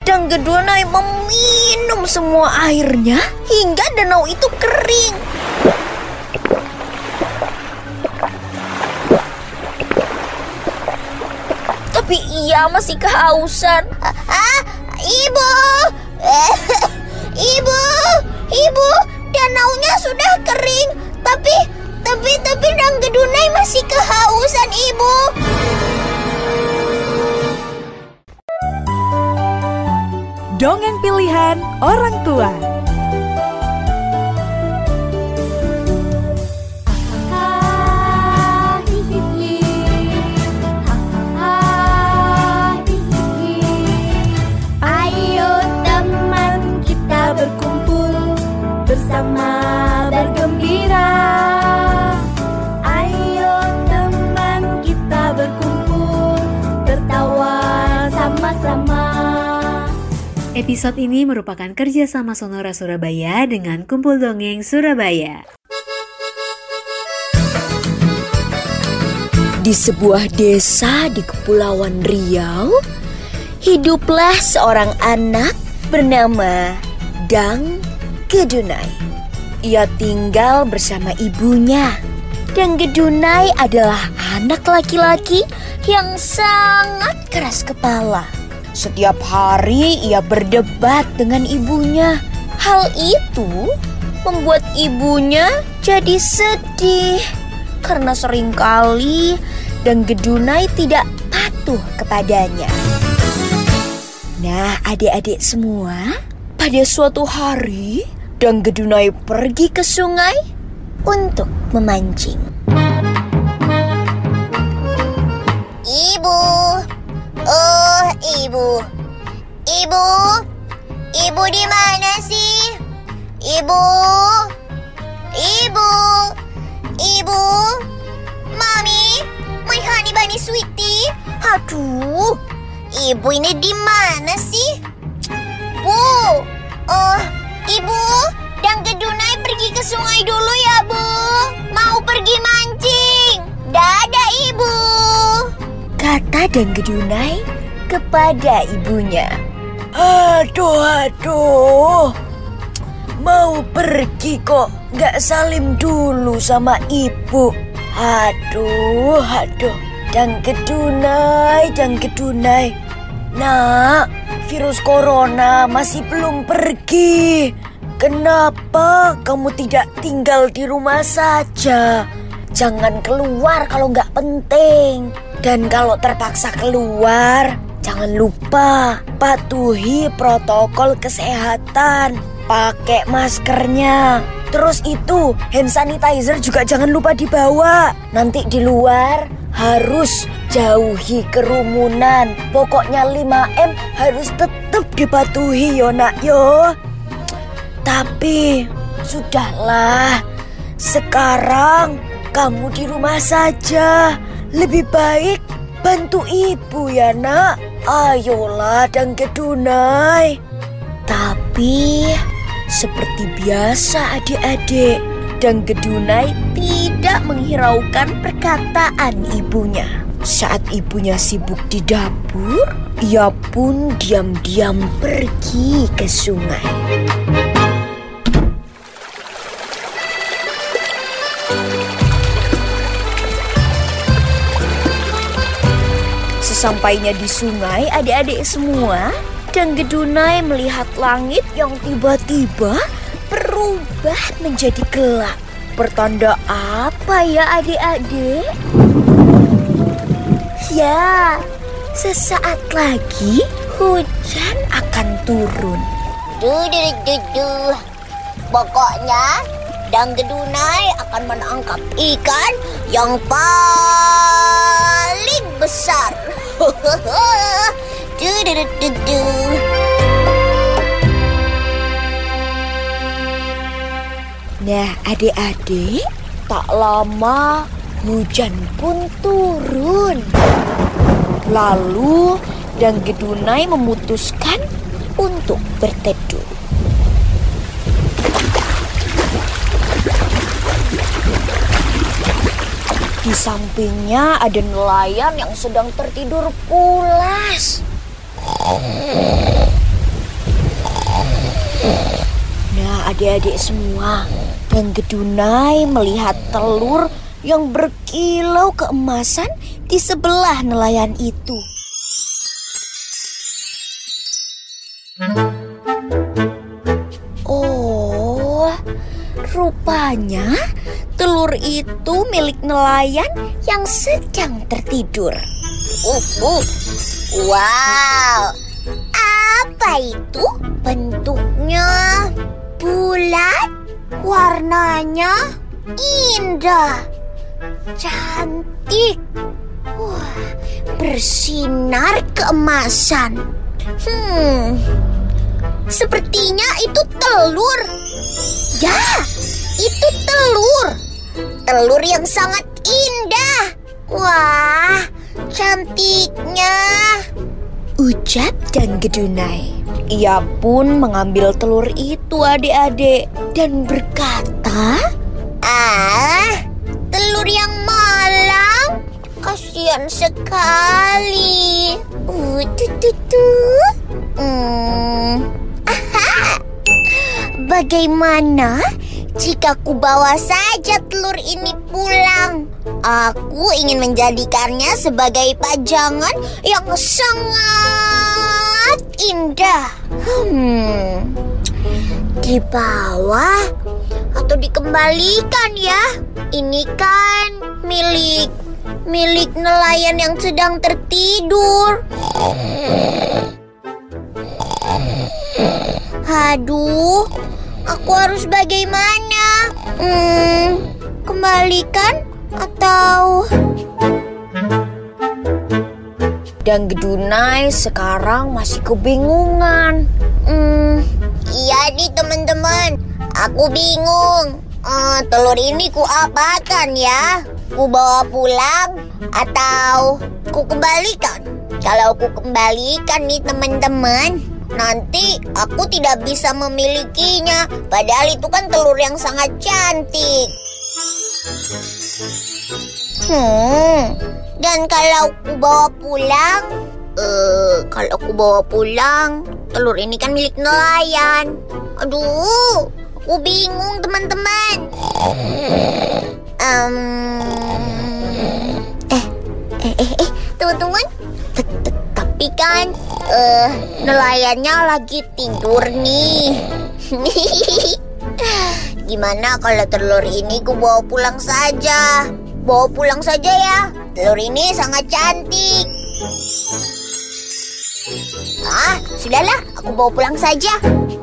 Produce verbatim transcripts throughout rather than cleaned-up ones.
Gedunai meminum semua airnya hingga danau itu kering. Tapi ia masih kehausan. Ah, Ibu, Ibu, Ibu, danaunya sudah kering. Tapi, tapi, tapi Gedunai masih kehausan, Ibu. Dongeng pilihan orang tua. Ayo teman kita berkumpul bersama bergembira. Ayo teman kita berkumpul tertawa sama-sama. Episode ini merupakan kerjasama Sonora Surabaya dengan Kumpul Dongeng Surabaya. Di sebuah desa di Kepulauan Riau, hiduplah seorang anak bernama Dang Gedunai. Ia tinggal bersama ibunya. Dang Gedunai adalah anak laki-laki yang sangat keras kepala. Setiap hari ia berdebat dengan ibunya. Hal itu membuat ibunya jadi sedih karena seringkali Dang Gedunai tidak patuh kepadanya. Nah, adik-adik semua, pada suatu hari Dang Gedunai pergi ke sungai untuk memancing. Ibu, oh ibu, ibu, ibu di mana sih? Ibu, ibu, ibu, mami, my honey bunny sweetie. Aduh, ibu ini di mana sih? Bu, oh ibu, Dang Gedunai pergi ke sungai dulu ya bu. Mau pergi mancing. Dadah ibu, kata Dang Gedunai kepada ibunya. Aduh, aduh, mau pergi kok gak salim dulu sama ibu. Aduh, aduh, Dang Gedunai, Dang Gedunai. Nak, virus corona masih belum pergi. Kenapa kamu tidak tinggal di rumah saja? Jangan keluar kalau nggak penting. Dan kalau terpaksa keluar, jangan lupa patuhi protokol kesehatan. Pakai maskernya. Terus itu, hand sanitizer juga jangan lupa dibawa. Nanti di luar harus jauhi kerumunan. Pokoknya lima M harus tetap dipatuhi yo nak yo. Tapi sudahlah, sekarang kamu di rumah saja. Lebih baik bantu ibu ya nak. Ayolah Dang Gedunai. Tapi seperti biasa adik-adik, Dang Gedunai tidak menghiraukan perkataan ibunya. Saat ibunya sibuk di dapur, ia pun diam-diam pergi ke sungai. Sesampainya di sungai, adik-adik semua, Dang Gedunai melihat langit yang tiba-tiba berubah menjadi gelap. Pertanda apa ya adik-adik? Ya, sesaat lagi hujan akan turun. duh, duh, duh, duh. Pokoknya Dang Gedunai akan menangkap ikan yang paling besar. duh, duh, duh, duh, duh. Nah adik-adik, tak lama hujan pun turun. Lalu Dang Gedunai memutuskan untuk berteduh. Di sampingnya ada nelayan yang sedang tertidur pulas. adik-adik semua, Dang Gedunai melihat telur yang berkilau keemasan di sebelah nelayan itu. Oh, rupanya telur itu milik nelayan yang sedang tertidur. Uh, uh. Wow, apa itu? Bentuknya bulat, warnanya indah, cantik, wah, bersinar keemasan. Hmm, sepertinya itu telur. Ya, itu telur. Telur yang sangat indah. Wah, cantiknya, ucap Dang Gedunai. Ia pun mengambil telur itu adik-adik dan berkata, ah, telur yang malang, kasihan sekali. Uh, tututu. Hmm, aha. Bagaimana jika ku bawa saja telur ini pulang? Aku ingin menjadikannya sebagai pajangan yang sangat indah. Hmm, dibawa atau dikembalikan ya? Ini kan milik milik nelayan yang sedang tertidur. Aduh, aku harus bagaimana? Hmm, kembalikan atau... Dang Gedunai sekarang masih kebingungan. Hmm, iya nih teman-teman, aku bingung. Uh, telur ini ku apakan ya? Ku bawa pulang atau ku kembalikan? Kalau ku kembalikan nih teman-teman, nanti aku tidak bisa memilikinya. Padahal itu kan telur yang sangat cantik. Hmm, dan kalau ku bawa pulang, uh, kalau ku bawa pulang, telur ini kan milik nelayan. Aduh, aku bingung teman-teman. Um, eh, eh, eh, eh, teman-teman. Tapi kan uh, nelayannya lagi tidur nih. Gimana kalau telur ini ku bawa pulang saja? Bawa pulang saja ya. Telur ini sangat cantik. Ah, sudahlah, aku bawa pulang saja.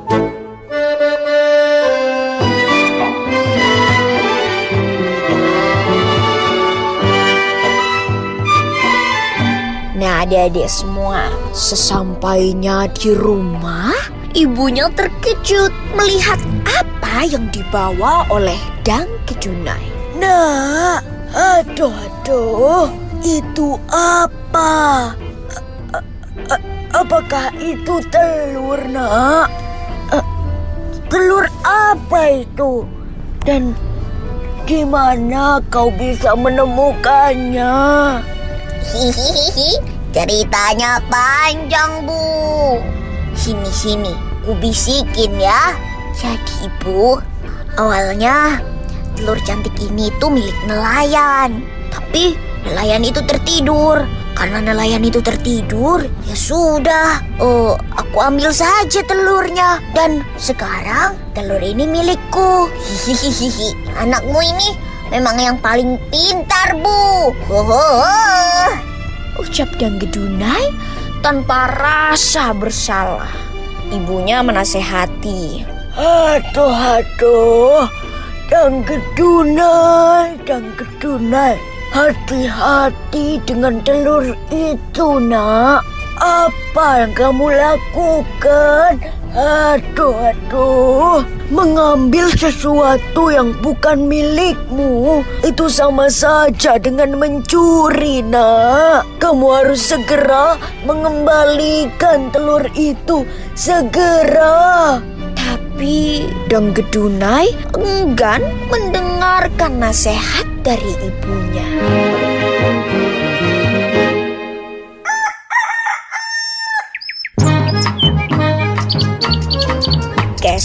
Nah, adik-adik semua, sesampainya di rumah, ibunya terkejut melihat apa yang dibawa oleh Dang Gedunai. Nak, aduh, aduh, itu apa? A -a Apakah itu telur, nak? A telur apa itu? Dan di mana kau bisa menemukannya? Hihihi, ceritanya panjang, Bu. Sini-sini, ku bisikin ya. Jadi, Bu, awalnya telur cantik ini tuh milik nelayan. Tapi nelayan itu tertidur. Karena nelayan itu tertidur, ya sudah. Oh, aku ambil saja telurnya. Dan sekarang telur ini milikku. Hihihi, anakmu ini memang yang paling pintar, Bu. Hohoho. Ucap Dang Gedunai tanpa rasa bersalah. Ibunya menasehati. Aduh, aduh, Dang Gedunai, Dang Gedunai, hati-hati dengan telur itu, nak. Apa yang kamu lakukan? Aduh, aduh, mengambil sesuatu yang bukan milikmu itu sama saja dengan mencuri, nak. Kamu harus segera mengembalikan telur itu, segera. Tapi Dang Gedunai enggan mendengarkan nasihat dari ibunya.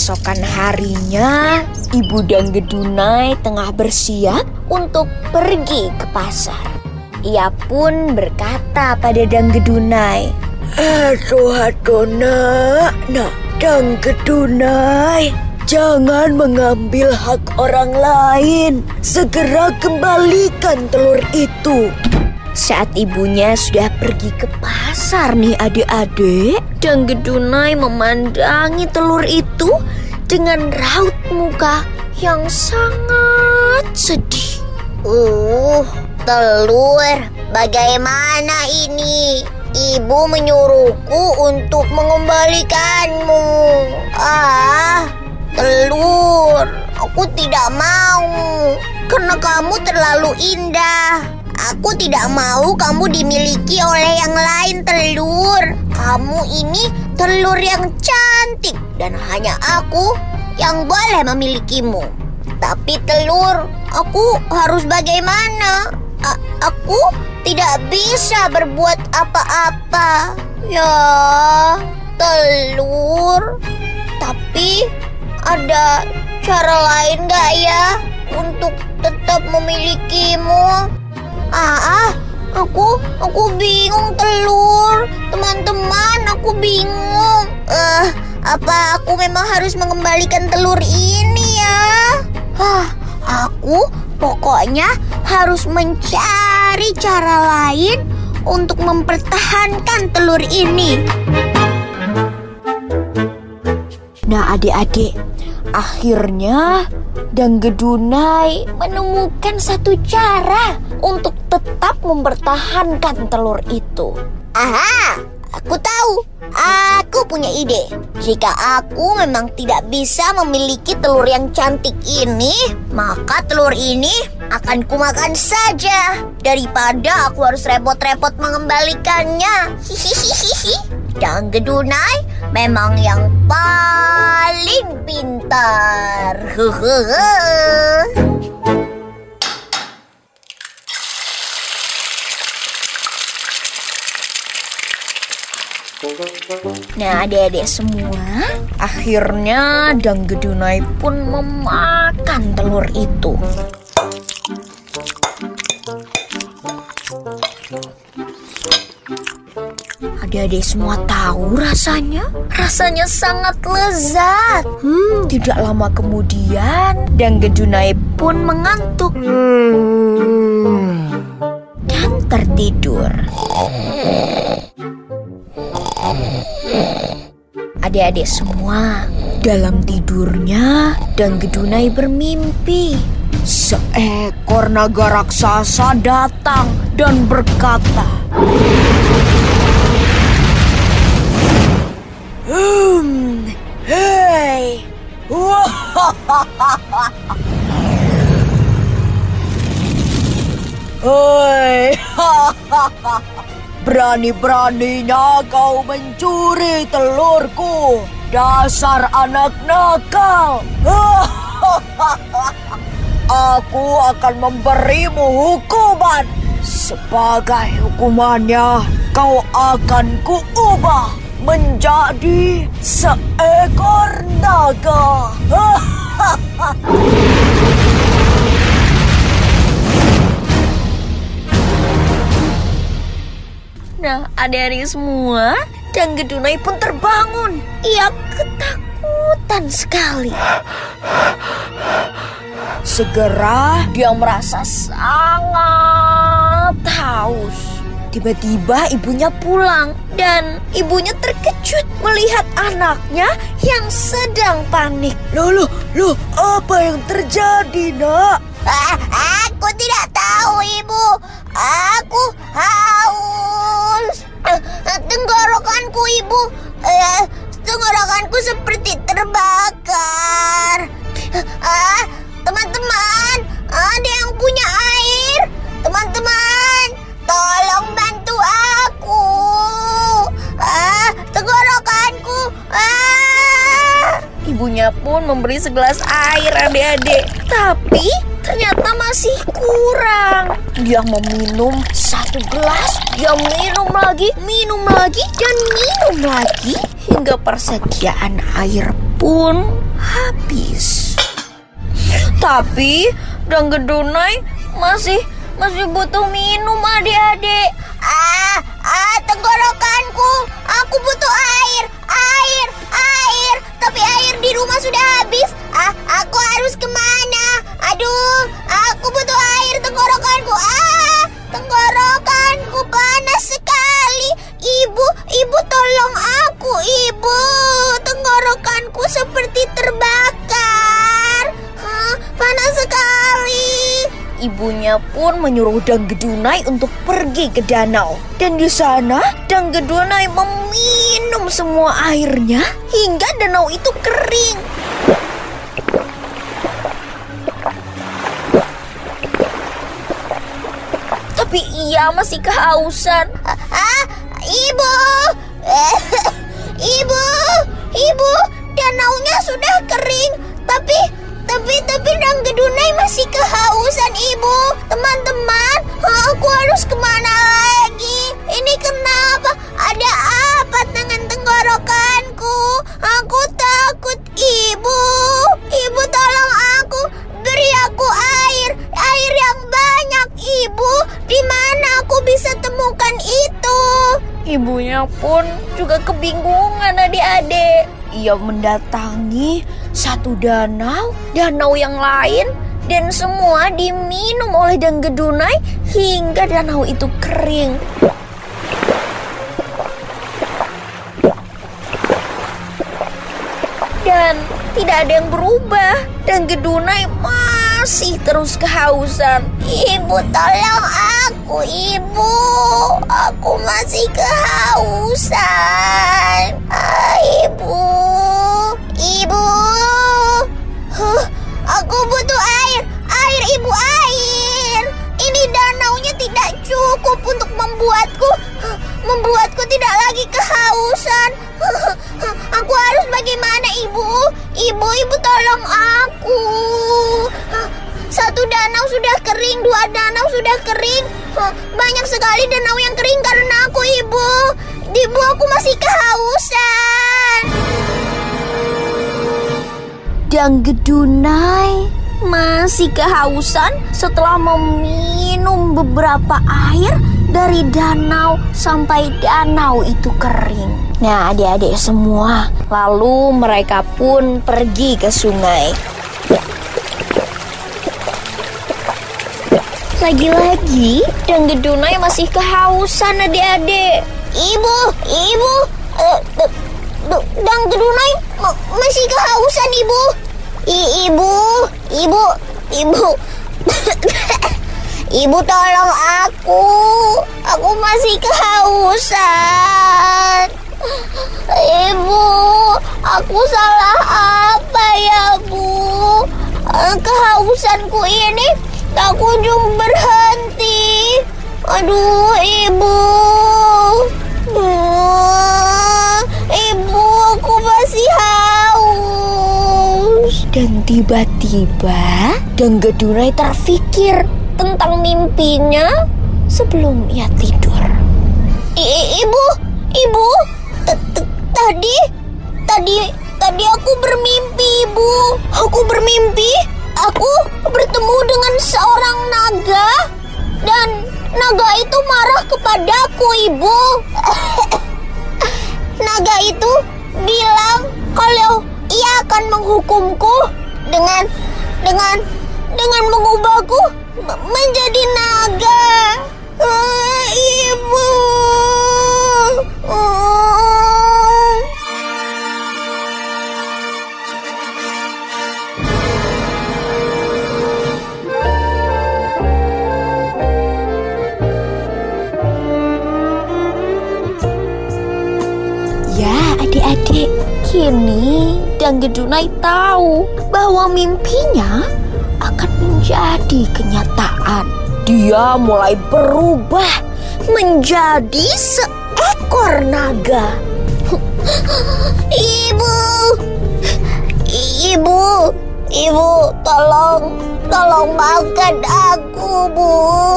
Keesokan harinya, Ibu Danggedunai tengah bersiap untuk pergi ke pasar. Ia pun berkata pada Danggedunai, "Aduh, aduh, nak, nak, Danggedunai, jangan mengambil hak orang lain. Segera kembalikan telur itu." Saat ibunya sudah pergi ke pasar nih adik-adik, Danggedunai memandangi telur itu dengan raut muka yang sangat sedih. Uh, telur, bagaimana ini? Ibu menyuruhku untuk mengembalikanmu. Ah, telur, aku tidak mau. Karena kamu terlalu indah. Aku tidak mau kamu dimiliki oleh yang lain, telur. Kamu ini telur yang cantik dan hanya aku yang boleh memilikimu. Tapi telur, aku harus bagaimana? A- aku tidak bisa berbuat apa-apa. Ya, telur. Tapi ada cara lain gak ya untuk tetap memilikimu? Ah, ah, aku, aku bingung, telur. Teman-teman, aku bingung. Eh, uh, apa aku memang harus mengembalikan telur ini ya? Hah, aku pokoknya harus mencari cara lain untuk mempertahankan telur ini. Nah, adik-adik, akhirnya Danggedunai menemukan satu cara untuk tetap mempertahankan telur itu. Aha, aku tahu. Aku punya ide. Jika aku memang tidak bisa memiliki telur yang cantik ini, maka telur ini akan kumakan saja daripada aku harus repot-repot mengembalikannya. Hihihihi. Danggedunai memang yang paling pintar. Nah, adik-adik semua, akhirnya Danggedunai pun memakan telur itu. Adik-adik semua tahu rasanya? Rasanya sangat lezat. Hmm, tidak lama kemudian, Danggedunai pun mengantuk dan tertidur. Adik-adik semua, dalam tidurnya Danggedunai bermimpi. Seekor naga raksasa datang dan berkata, Hmm, hei, hei, berani-beraninya kau mencuri telurku, dasar anak nakal. Aku akan memberimu hukuman. Sebagai hukumannya, kau akan kuubah menjadi seekor naga. Nah, adik-adik semua, Danggedunai pun terbangun. Ia ketakutan sekali. Segera dia merasa sangat haus. Tiba-tiba ibunya pulang dan ibunya terkejut melihat anaknya yang sedang panik. Loh, loh, loh, apa yang terjadi, nak? Ah, aku tidak tahu, Ibu. Aku haus. Eh, Tenggorokanku, Ibu. Eh, tenggorokanku seperti terbakar. Ah, teman-teman, ada yang punya air? Teman-teman, tolong bantu aku. Ah, tenggorokanku. Ah. Ibunya pun memberi segelas air, adik-adik. Tapi ternyata masih kurang. Dia meminum satu gelas, dia minum lagi, minum lagi, dan minum lagi, hingga persediaan air pun habis. Tapi Danggedunai masih masih butuh minum, adik-adik. Ah, ah, tenggorokanku. Aku butuh air, air, air. Tapi air di rumah sudah habis. Ah, aku harus kemana? Aduh, aku butuh air, tenggorokanku. Ah, tenggorokanku panas sekali. Ibu, ibu tolong aku, ibu. Tenggorokanku seperti terbakar. Hah, panas sekali. Ibunya pun menyuruh Danggedunai untuk pergi ke danau. Dan di sana Danggedunai meminum semua airnya hingga danau itu kering. Tapi ia masih kehausan. Ah, ah, ibu. Ibu, ibu, danaunya sudah kering. Tapi Tapi, tapi Danggedunai masih kehausan, ibu. Teman-teman, aku harus kemana lagi? Ini kenapa? Ada apa dengan tenggorokanku? Aku takut, ibu. Ibu tolong aku. Beri aku air. Air yang banyak, ibu. Di mana aku bisa temukan itu? Ibunya pun juga kebingungan, adik-adik. Ia mendatangi satu danau, danau yang lain, dan semua diminum oleh Danggedunai hingga danau itu kering. Dan tidak ada yang berubah. Danggedunai masih terus kehausan. Ibu tolong aku, ibu. Aku masih kehausan. Ah, ibu. Ibu. Huh, aku butuh air. Air, ibu, air. Ini danaunya tidak cukup untuk membuatku membuatku tidak lagi kehausan. Aku harus bagaimana, ibu? Ibu, ibu tolong aku. Satu danau sudah kering, dua danau sudah kering. Banyak sekali danau yang kering karena aku, ibu. Ibu, aku masih kehausan. Danggedunai masih kehausan setelah meminum beberapa air dari danau sampai danau itu kering. Nah, adik-adik semua, lalu mereka pun pergi ke sungai. Lagi-lagi Danggedunai masih kehausan, adik-adik. Ibu, ibu, uh, Danggedunai ma- masih kehausan, ibu. I- ibu, ibu, ibu. Ibu tolong aku. Aku masih kehausan. Ibu, aku salah apa ya, Bu? Kehausanku ini tak kunjung berhenti. Aduh, ibu. Ibu, aku masih haus. Dan tiba-tiba Danggedunai terfikir tentang mimpinya sebelum ia tidur. I- ibu, ibu, tadi, tadi, tadi aku bermimpi, ibu. Aku bermimpi, aku bertemu dengan seorang naga, dan naga itu marah kepadaku, ibu. Naga itu bilang kalau ia akan menghukumku dengan, dengan, dengan mengubahku menjadi naga. Uh, ibu. Uh. Ya, adik-adik, kini Danggedunai tahu bahwa mimpinya akan menjadi kenyataan. Dia mulai berubah menjadi seekor naga. Ibu, ibu, ibu, tolong, tolong maafkan aku, Bu.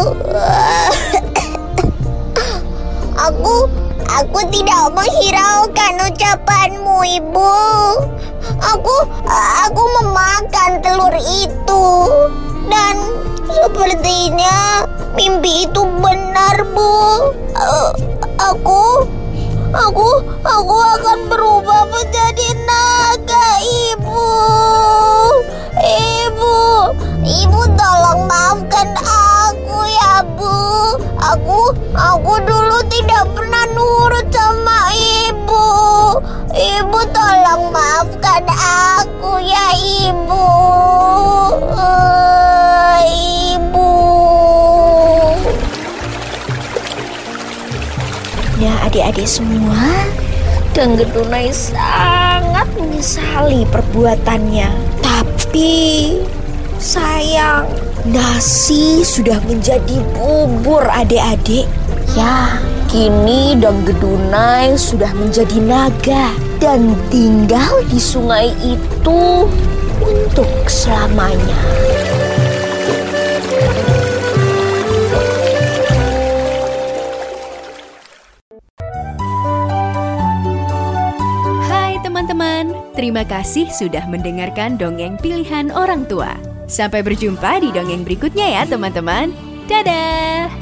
Aku, aku tidak menghiraukan ucapanmu, Ibu. Aku, aku memakan telur itu. Dan sepertinya mimpi itu benar, Bu. Uh, aku, aku, aku akan berubah menjadi naga, Ibu. Ibu, Ibu tolong maafkan aku ya, Bu. Aku, aku dulu tidak pernah nurut sama Ibu. Ibu tolong maafkan aku ya, Ibu. Uh, Ibu. Nah, adik-adik semua, Dang Gedunai sangat menyesali perbuatannya. Tapi sayang, nasi sudah menjadi bubur adik-adik. Ya, kini Dang Gedunai sudah menjadi naga dan tinggal di sungai itu untuk selamanya. Teman-teman, terima kasih sudah mendengarkan dongeng pilihan orang tua. Sampai berjumpa di dongeng berikutnya ya teman-teman. Dadah!